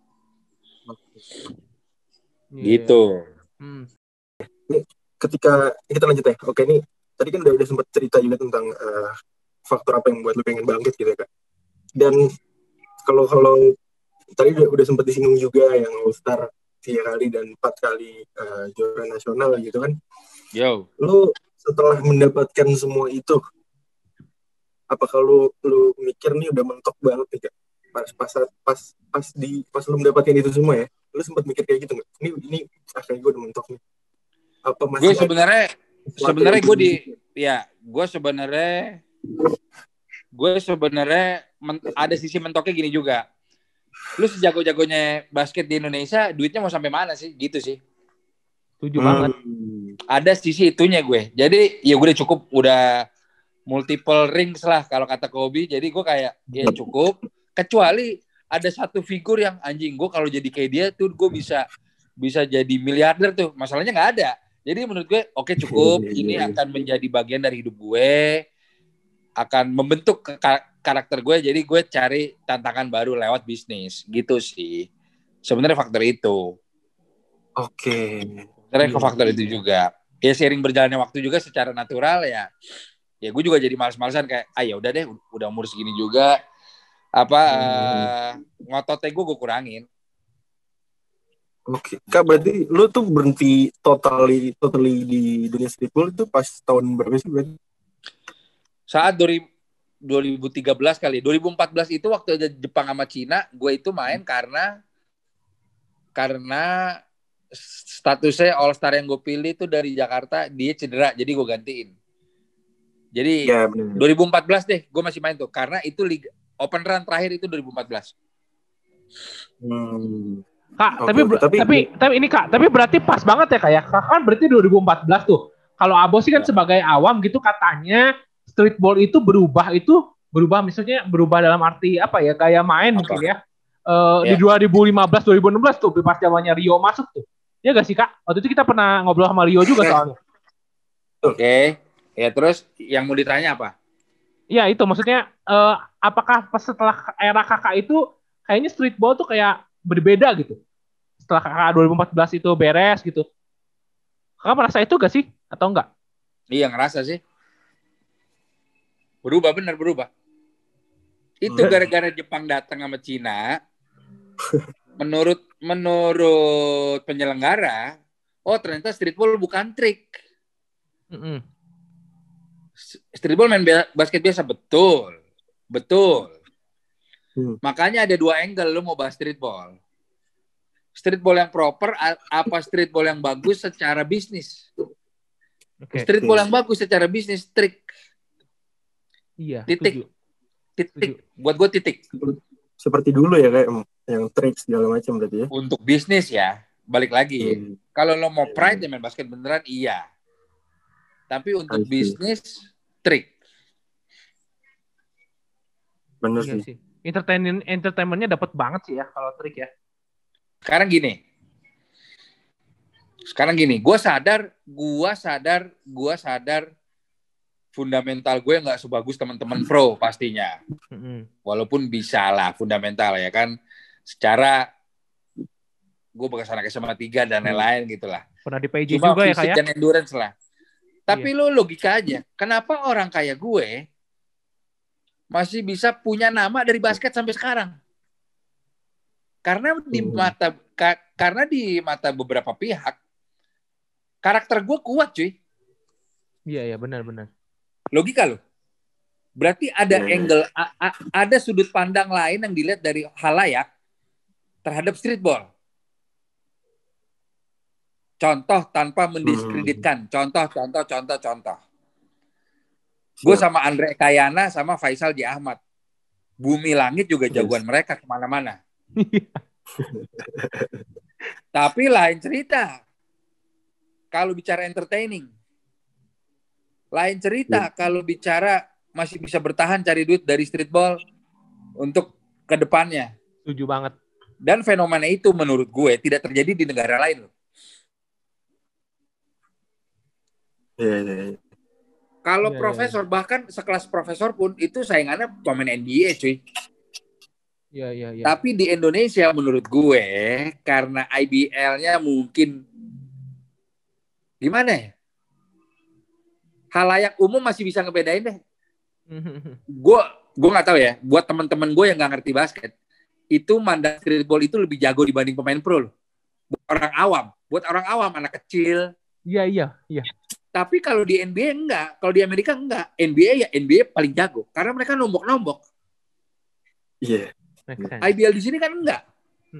Gitu. Hmm. Ketika kita lanjut ya, oke nih tadi kan udah udah sempat cerita juga tentang uh, faktor apa yang buat lu pengen bangkit gitu ya kak. Dan kalau kalau tadi udah, udah sempat disinggung juga yang All Star tiga kali dan empat kali uh, juara nasional gitu kan. Yo. Lu setelah mendapatkan semua itu, apakah lu lu mikir nih udah mentok banget nih kak? Pas pas pas pas di pas lu mendapatkan itu semua ya, lu sempat mikir kayak gitu nggak? Ini ini akhirnya gue udah mentok nih. Apa masih gue sebenarnya sebenarnya gue di gitu? ya gue sebenarnya gue sebenarnya men, ada sisi mentoknya gini juga. Lu sejago-jagonya basket di Indonesia, duitnya mau sampai mana sih? Gitu sih. Setuju hmm. banget. Ada sisi itunya gue. Jadi ya gue udah cukup, udah multiple rings lah kalau kata Kobe. Jadi gue kayak ya cukup. Kecuali ada satu figur yang anjing gue kalau jadi kayak dia tuh gue bisa bisa jadi miliarder tuh. Masalahnya nggak ada. Jadi menurut gue oke okay, cukup. Ini akan menjadi bagian dari hidup gue. Akan membentuk karakter gue. Jadi gue cari tantangan baru lewat bisnis. Gitu sih. Sebenarnya faktor itu. Oke. Sebenarnya ke faktor itu juga. Ya seiring berjalannya waktu juga secara natural ya. Ya gue juga jadi males-malesan kayak, ah ya udah deh, udah umur segini juga. Apa hmm. uh, ngototnya gue gue kurangin. Oke, Kak berarti lu tuh berhenti totally totally di dunia streetball itu pas tahun berapa sih berarti? Saat dua ribu tiga belas kali. dua ribu empat belas itu waktu ada Jepang sama Cina, gue itu main karena karena statusnya All Star yang gue pilih itu dari Jakarta, dia cedera, jadi gue gantiin. Jadi ya, dua ribu empat belas deh, gue masih main tuh karena itu liga open run terakhir itu dua ribu empat belas. Hmm. Kak, okay, tapi, okay. tapi tapi tapi ini Kak, tapi berarti pas banget ya Kak ya. Kak kan berarti dua ribu empat belas tuh. Kalau Abo sih kan ya. Sebagai awam gitu katanya streetball itu berubah itu berubah misalnya berubah dalam arti apa ya? Gaya main apa? Mungkin ya. Uh, ya. Di dua ribu lima belas dua ribu enam belas tuh pas zamannya Rio masuk tuh. Ya gak sih Kak? Waktu itu kita pernah ngobrol sama Rio juga soalnya. Oke. Okay. Ya terus yang mau ditanya apa? Iya itu maksudnya uh, apakah pas setelah era Kakak itu kayaknya streetball tuh kayak berbeda gitu. Setelah Kakak dua ribu empat belas itu beres gitu. Kakak merasa itu gak sih? Atau enggak? Iya ngerasa sih. Berubah bener berubah. Itu gara-gara Jepang datang sama Cina. Menurut menurut penyelenggara, oh ternyata streetball bukan trik. Mm-hmm. Streetball main basket biasa, betul. Betul. Hmm. Makanya ada dua angle lu mau bahas streetball. Streetball yang proper apa streetball yang bagus secara bisnis? Okay. Streetball yang bagus secara bisnis trik. Iya. Titik. Tujuh. Titik. Tujuh. Buat gue titik. Seperti dulu ya kayak yang trik segala macam berarti ya. Untuk bisnis ya, balik lagi. Hmm. Kalau lo mau pride ya main basket beneran iya. Tapi untuk bisnis trik. Bener iya sih. sih. Entertain entertainment-nya dapat banget sih ya kalau trik ya. Sekarang gini. Sekarang gini, gue sadar, gue sadar, gue sadar fundamental gue nggak sebagus teman-teman pro pastinya. Mm-hmm. Walaupun bisa lah fundamental ya kan. Secara gue bekas anak S M A tiga dan lain-lain hmm. gitulah. Pernah di P J juga ya kayak. Dan endurance lah. Tapi iya. Lo logika aja, kenapa orang kayak gue masih bisa punya nama dari basket sampai sekarang? Karena di mata ka, karena di mata beberapa pihak karakter gue kuat, cuy. Iya, iya, benar-benar. Logika lo. Berarti ada hmm. angle, a, a, ada sudut pandang lain yang dilihat dari halayak terhadap streetball. Contoh tanpa mendiskreditkan. Contoh, contoh, contoh, contoh. Gue sama Andre Kayana sama Faisal J. Ahmad. Bumi Langit juga jagoan mereka kemana-mana. Tapi lain cerita. Kalau bicara entertaining. Lain cerita kalau bicara masih bisa bertahan cari duit dari streetball untuk ke depannya. Setuju banget. Dan fenomena itu menurut gue tidak terjadi di negara lain loh. Iya, iya, iya. Kalau Iya, profesor bahkan sekelas profesor pun itu saingannya pemain N B A cuy. Iya, iya, iya. Tapi di Indonesia menurut gue karena I B L-nya mungkin gimana ya? Halayak umum masih bisa ngebedain deh. Gue gue nggak tahu ya. Buat teman-teman gue yang nggak ngerti basket, itu mandang streetball itu lebih jago dibanding pemain pro loh. Buat orang awam, buat orang awam anak kecil. Iya, iya, iya. Tapi kalau di N B A enggak, kalau di Amerika enggak. N B A ya N B A paling jago karena mereka nombok-nombok. Iya. I B L di sini kan enggak.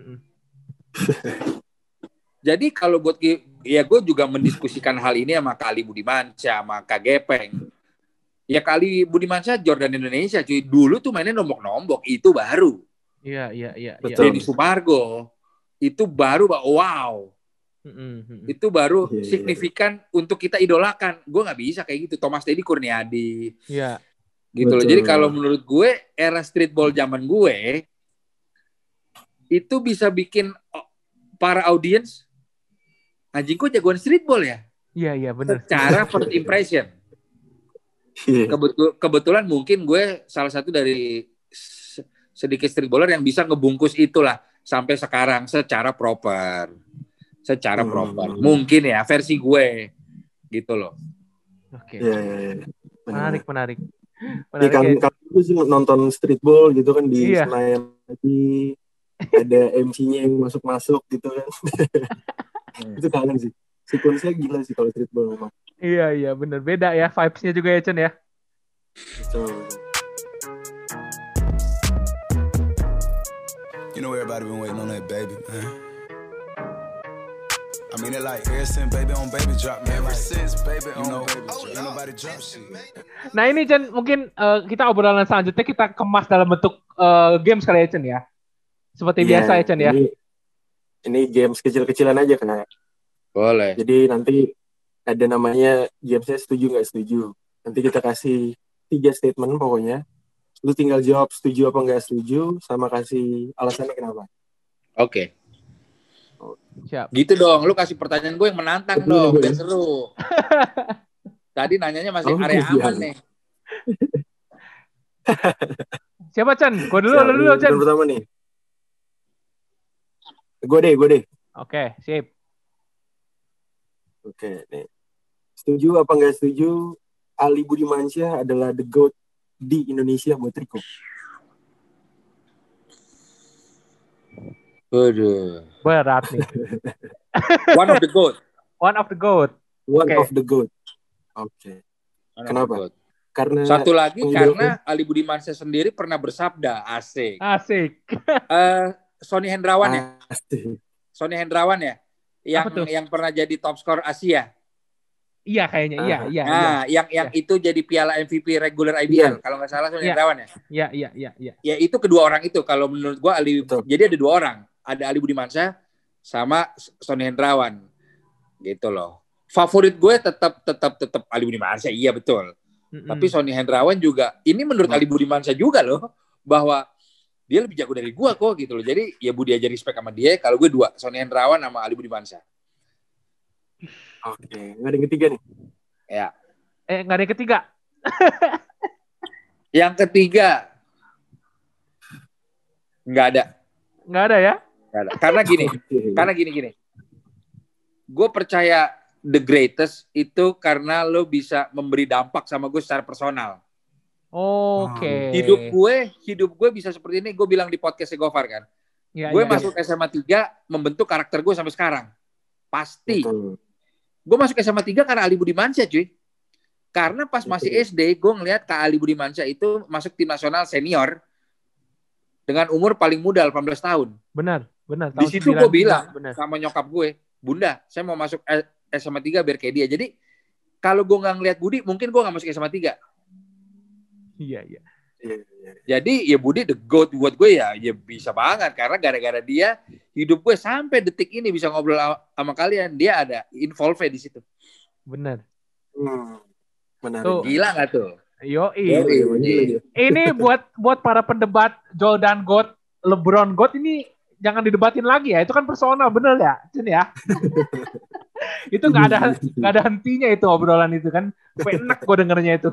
Jadi kalau buat ya gue juga mendiskusikan hal ini sama Kak Ali Budimansyah, sama Kak Gepeng. Ya kali Budimansyah Jordan Indonesia cuy. Dulu tuh mainnya nombok-nombok, itu baru. Iya, iya, iya. Denny Sumargo itu baru wow. Mm-hmm. Itu baru yeah, signifikan yeah. Untuk kita idolakan. Gue nggak bisa kayak gitu. Thomas Teddy Kurniadi. Iya. Yeah. Gitu loh. Jadi kalau menurut gue era streetball zaman gue itu bisa bikin para audiens anjing kok jagoan streetball ya. Iya, yeah, iya yeah, benar. Secara first impression. Kebetul kebetulan mungkin gue salah satu dari sedikit streetballer yang bisa ngebungkus itulah sampai sekarang secara proper. Secara hmm. proper. Mungkin ya versi gue gitu loh. Oke. Okay. Yeah, yeah, yeah. Menarik, menarik. Menarik ya, kan ya. Kalau gue sih nonton streetball gitu kan di iya. Senayan lagi ada M C-nya yang masuk-masuk gitu kan. Itu kangen sih. Sekuensnya gila sih kalau streetball memang. Iya, iya bener. Beda ya vibes-nya juga ya Chen ya. Betul. You know everybody been waiting on that baby, man. I mean it like ever since baby on baby drop, man. Ever since baby on know, baby drop, ain't nobody drop shit. Nah ini Chen mungkin uh, kita obrolan selanjutnya kita kemas dalam bentuk uh, games kali ya Chen ya. Seperti yeah, biasa ya Chen ya. Ini, ini games kecil-kecilan aja kan. Boleh. Jadi nanti ada namanya gamesnya setuju nggak setuju. Nanti kita kasih tiga statement pokoknya. Lu tinggal jawab setuju apa nggak setuju, sama kasih alasannya kenapa. Oke. Okay. Siap. Gitu dong, lu kasih pertanyaan gue yang menantang Betul, dong, biar seru. Tadi nanyanya masih oh, area aman nih. Siapa Chan? Gue dulu, lu dulu Chan. Pertama nih. Gue deh, gue deh. Oke, okay, sip. Oke, nih. Setuju apa nggak setuju Ali Budimansyah adalah the GOAT di Indonesia buat Rico? Waduh. Berat nih. One of the GOAT. One of the GOAT. One okay. of the GOAT. Oke. Okay. Kenapa? GOAT. Karena satu lagi karena Ali Budimansyah sendiri pernah bersabda, asik. Asik. uh, Sony Hendrawan ya. Asik. Sony Hendrawan ya. Yang yang pernah jadi top skor Asia. Iya kayaknya, iya, iya. Nah, iya. yang yang iya. Itu jadi piala M V P regular I B L, iya. Kalau nggak salah Sony iya. Hendrawan ya. Iya, iya, iya, iya. Ya itu kedua orang itu. Kalau menurut gua Ali, betul. Jadi ada dua orang, ada Ali Budimansyah sama Sony Hendrawan, gitu loh. Favorit gue tetap tetap tetap Ali Budimansyah, iya betul. Mm-hmm. Tapi Sony Hendrawan juga, ini menurut Ali Budimansyah juga loh, bahwa dia lebih jago dari gua kok, gitu loh. Jadi ya Budi aja respect sama dia. Kalau gue dua, Sony Hendrawan sama Ali Budimansyah. Oke, okay. Nggak ada yang ketiga nih? Ya. Eh, nggak ada yang ketiga? Yang ketiga. Nggak ada. Nggak ada ya? Nggak ada. Karena gini. karena gini-gini. Gue percaya the greatest itu karena lo bisa memberi dampak sama gue secara personal. Oke. Okay. Hidup gue, hidup gue bisa seperti ini. Gue bilang di podcastnya Gofar kan. Ya, gue ya, masuk ya. S M A tiga membentuk karakter gue sampai sekarang. Pasti. Betul. Gue masuk S M A tiga karena Ali Budimansyah cuy. Karena pas masih S D gue ngeliat Kak Ali Budimansyah itu masuk tim nasional senior dengan umur paling muda delapan belas tahun. Benar, benar. Di situ gue bilang benar. Sama nyokap gue, Bunda saya mau masuk S M A tiga biar kayak dia. Jadi kalau gue gak ngeliat Budi mungkin gue gak masuk S M A tiga. Iya, iya. Jadi ya Budi the GOAT buat gue ya, ya bisa banget karena gara-gara dia hidup gue sampai detik ini bisa ngobrol sama kalian, dia ada involve di situ. Benar. Hmm, benar. Tuh. Gila nggak tuh? Yo, ini buat buat para pendebat Jordan GOAT LeBron God ini jangan didebatin lagi ya. Itu kan personal bener ya, Cun ya. Itu nggak ada nggak ada hentinya itu obrolan itu kan. Enak gue dengernya itu.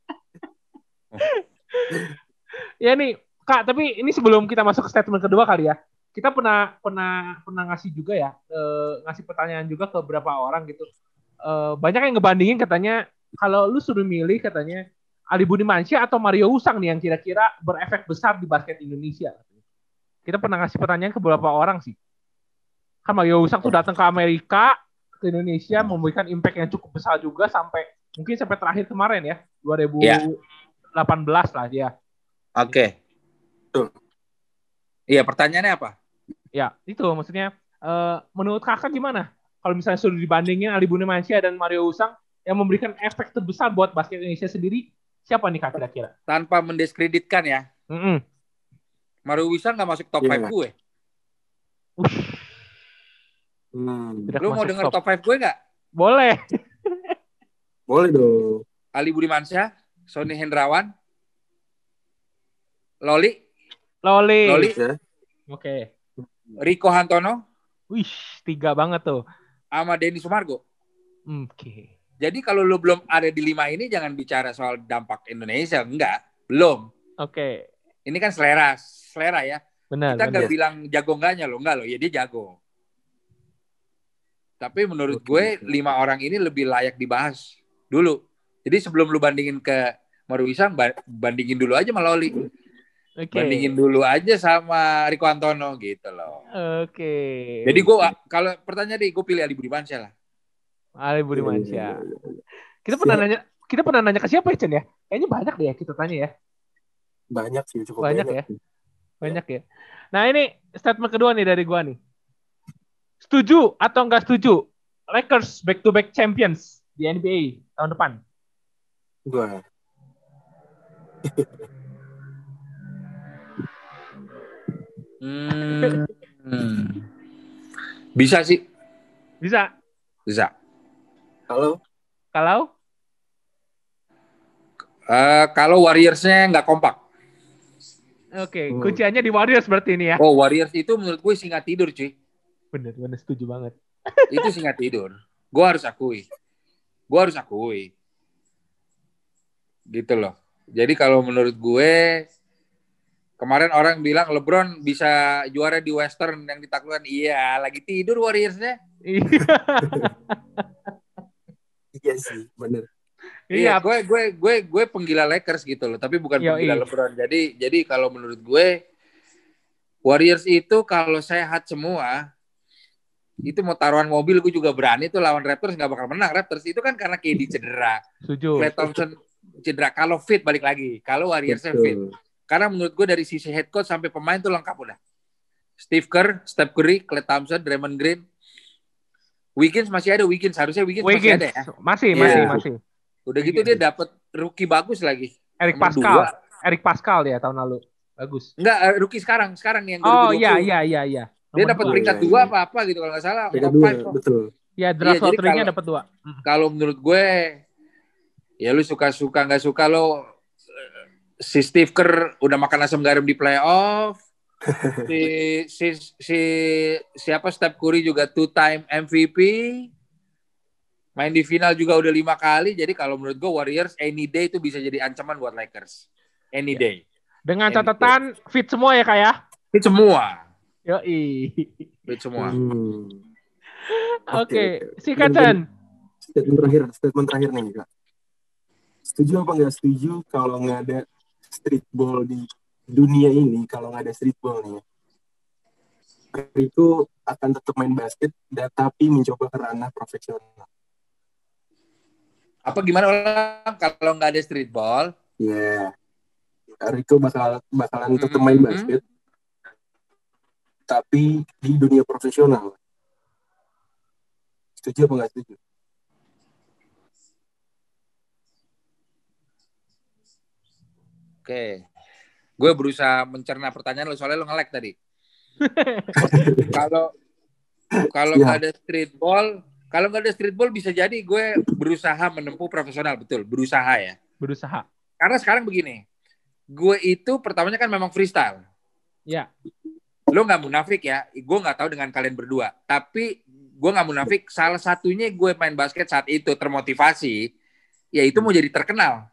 Ya nih Kak, tapi ini sebelum kita masuk ke statement kedua kali ya. Kita pernah pernah pernah ngasih juga ya, eh, ngasih pertanyaan juga ke beberapa orang gitu. Eh, banyak yang ngebandingin katanya kalau lu suruh milih katanya Ali Budimansyah atau Mario Usang nih yang kira-kira berefek besar di basket Indonesia. Kita pernah ngasih pertanyaan ke beberapa orang sih. Kan Mario Usang tuh datang ke Amerika, ke Indonesia, memberikan impact yang cukup besar juga sampai mungkin sampai terakhir kemarin ya, dua ribu delapan belas lah dia. Oke. Tuh. Iya, pertanyaannya apa? Ya, itu maksudnya uh, menurut kakak gimana? Kalau misalnya sudah dibandingin Ali Budimansyah dan Mario Usang yang memberikan efek terbesar buat basket Indonesia sendiri, siapa nih kak kira-kira? Tanpa mendiskreditkan ya. Mm-hmm. Mario Usang nggak masuk top yeah. lima gue. Hmm. Lu mau denger top, top lima gue nggak? Boleh. Boleh dong. Ali Budimansyah, Sonny Hendrawan, Loli. Loli. Loli. Ya. Oke. Okay. Rico Hantono. Wih, tiga banget tuh. Sama Denny Sumargo. Oke. Okay. Jadi kalau lu belum ada di lima ini jangan bicara soal dampak Indonesia, enggak, belum. Oke. Okay. Ini kan selera, selera ya. Benar. Kita nggak benar. bilang jago enggaknya lo, enggak lo, ya dia jago. Tapi menurut okay, gue okay. lima orang ini lebih layak dibahas dulu. Jadi sebelum lu bandingin ke Mario Usang, bandingin dulu aja sama Loli. Okay. Bandingin dulu aja sama Rico Hantono gitu loh. Oke. Okay. Jadi gue kalau pertanyaan deh, gue pilih Ali Budimansyah lah. Ali Budimansyah. Kita pernah nanya, kita pernah nanya ke siapa ya Chen ya? Kayaknya banyak deh ya kita tanya ya. Banyak sih, cukup banyak, banyak ya. Banyak ya. Nah ini statement kedua nih dari gue nih. Setuju atau enggak setuju? Lakers back to back champions di N B A tahun depan. Gue. Hmm. Bisa sih. Bisa. Bisa. Kalau? Kalau? Uh, kalau Warriors-nya nggak kompak. Oke, okay. hmm. kunciannya di Warriors berarti ini ya. Oh, Warriors itu menurut gue singa tidur, cuy. Bener, bener setuju banget. Itu singa tidur. Gue harus akui. Gue harus akui. Gitu loh. Jadi kalau menurut gue kemarin orang bilang LeBron bisa juara di Western yang ditaklukkan. Iya, lagi tidur Warriors-nya. Iya sih, bener. Iya, gue gue gue gue penggila Lakers gitu loh, tapi bukan Yo, penggila iya. LeBron. Jadi jadi kalau menurut gue Warriors itu kalau sehat semua itu mau taruhan mobil gue juga berani tuh lawan Raptors nggak bakal menang. Raptors itu kan karena K D cedera. Setuju. Klay Thompson cedera. Kalau fit balik lagi. Kalau Warriors-nya fit. Karena menurut gue dari sisi head coach sampai pemain tuh lengkap udah. Steve Kerr, Steph Curry, Klay Thompson, Draymond Green. Wiggins masih ada, Wiggins harusnya Wiggins, Wiggins. masih ada ya. Masih, yeah. masih, masih. Udah Wiggins. Gitu dia dapat rookie bagus lagi. Eric Pascal. Dua. Eric Pascal ya tahun lalu. Bagus. Enggak, rookie sekarang, sekarang nih yang dua ribu dua puluh. Oh iya iya iya iya. Dia dapat peringkat dua apa apa gitu kalau nggak salah. Peringkat dua, betul. Ya draft iya, lottery-nya dapat dua. Kalau menurut gue, ya lu suka-suka nggak suka lo, si Steve Kerr udah makan asam garam di playoff. si, si si siapa Steph Curry juga two time M V P. Main di final juga udah lima kali. Jadi kalau menurut gue Warriors any day itu bisa jadi ancaman buat Lakers. Any day. Dengan catatan fit semua ya Kak ya? Fit semua. Yoi. Fit semua. Hmm. Oke, okay. Si Kacan. Statement terakhir, statement terakhir nih Kak. Setuju apa nggak setuju kalau nggak ada streetball di dunia ini, kalau nggak ada streetball nih, itu akan tetap main basket, tapi mencoba ke ranah profesional. Apa gimana orang kalau nggak ada streetball? Ya, yeah. Rico bakal bakalan tetap main mm-hmm. basket, tapi di dunia profesional. Setuju apa nggak setuju? Oke, gue berusaha mencerna pertanyaan lo soalnya lo nge-lag tadi. Kalau kalau nggak ya. ada streetball, kalau nggak ada streetball bisa jadi gue berusaha menempuh profesional, betul, berusaha ya. Berusaha. Karena sekarang begini, gue itu pertamanya kan memang freestyle. Ya. lo nggak munafik ya, gue nggak tahu dengan kalian berdua, tapi gue nggak munafik, salah satunya gue main basket saat itu termotivasi, yaitu mau jadi terkenal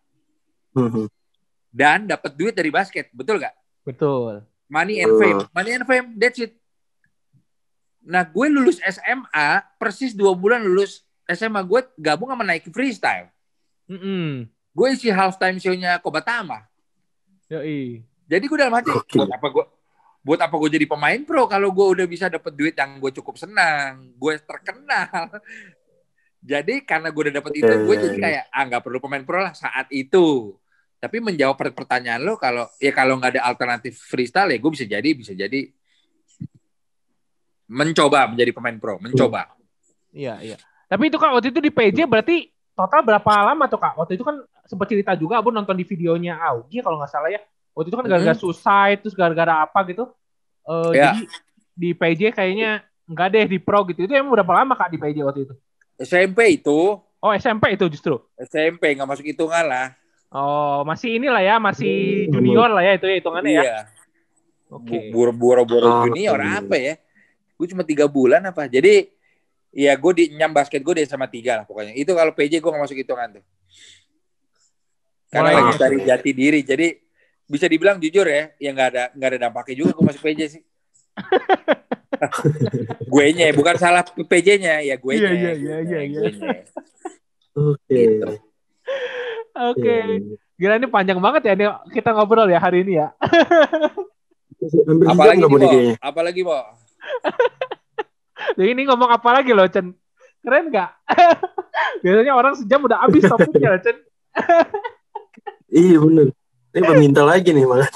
dan dapat duit dari basket, betul gak? Betul. Money and fame, money and fame, that's it. Nah gue lulus S M A, persis dua bulan lulus S M A, gue gabung sama Nike Freestyle. Mm-mm. Gue isi halftime show-nya Kobatama. Yoi. Jadi gue dalam hati, okay. buat apa gue buat apa gue jadi pemain pro kalau gue udah bisa dapet duit yang gue cukup senang, gue terkenal. Jadi karena gue udah dapet itu, gue jadi kayak ah nggak perlu pemain pro lah saat itu. Tapi menjawab pertanyaan lo, kalau ya kalau nggak ada alternatif freestyle ya gue bisa jadi bisa jadi mencoba menjadi pemain pro, mencoba. Iya iya. Tapi itu Kak waktu itu di P J berarti total berapa lama tuh Kak? Waktu itu kan sempat cerita juga, Abu nonton di videonya Augie kalau nggak salah ya. Waktu itu kan gara-gara hmm. suicide, terus gara-gara apa gitu. Uh, ya. Jadi di P J kayaknya nggak deh di pro gitu. Itu emang berapa lama Kak di P J waktu itu? S M P itu. Oh S M P itu justru? S M P nggak masuk hitungan lah. Oh masih inilah ya, masih junior lah ya itu ya hitungannya iya. ya? Oke. Okay. Buru-buru junior apa ya? Gue cuma tiga bulan apa. Jadi ya gue di nyam basket gue deh sama tiga lah pokoknya. Itu kalau P J gue nggak masuk hitungan tuh. Karena oh, lagi ya. cari jati diri. Jadi bisa dibilang jujur ya, ya nggak ada nggak ada dampaknya juga gue masuk P J sih. Gue nya bukan salah P J-nya ya gue nya. Iya iya iya iya. Oke. Oke. Gila ini panjang banget ya ini kita ngobrol ya hari ini ya. Apalagi Bo? Apalagi Bo? Jadi ini ngomong apa lagi loh Chen? Keren nggak? Biasanya orang sejam udah habis topiknya Chen. Iya bener. Ini peminta lagi nih makanya.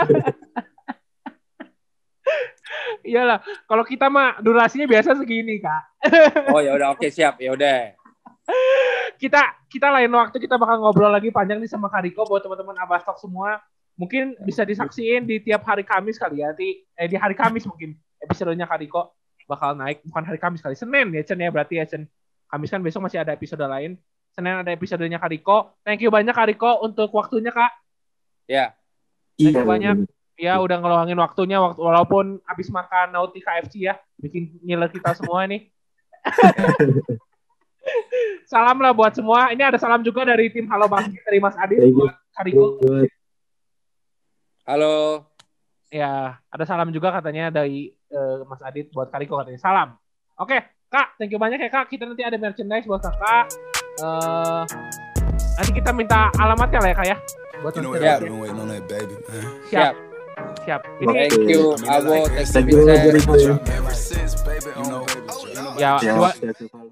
Iyalah, kalau kita mah durasinya biasa segini Kak. Oh ya udah oke okay, siap ya udah. Kita kita lain waktu kita bakal ngobrol lagi panjang nih sama Kak Riko buat teman-teman Abastok semua. Mungkin bisa disaksiin di tiap hari Kamis kali ya. Di eh, di hari Kamis mungkin episodenya Kak Riko bakal naik, bukan hari Kamis kali, Senin ya Chen ya berarti ya Chen. Kamis kan besok masih ada episode lain. Senin ada episodenya Kak Riko. Thank you banyak Kak Riko untuk waktunya Kak. Ya. Thank you banyak. Ya udah ngeluangin waktunya waktu walaupun habis makan Nauti K F C ya, bikin ngiler kita semua nih. Salam lah buat semua. Ini ada salam juga dari tim Halo Basket dari Mas Adit buat Kak Riko. Halo. Ya, ada salam juga katanya dari uh, Mas Adit buat Kak Riko katanya. Salam. Oke, Kak, thank you banyak ya Kak. Kita nanti ada merchandise buat Kakak. Uh, nanti kita minta alamatnya lah ya Kak ya. Buat You know ya. Siap. Siap. Ini thank you, Abo. Thank you, Vincent. ya. Ya, dua,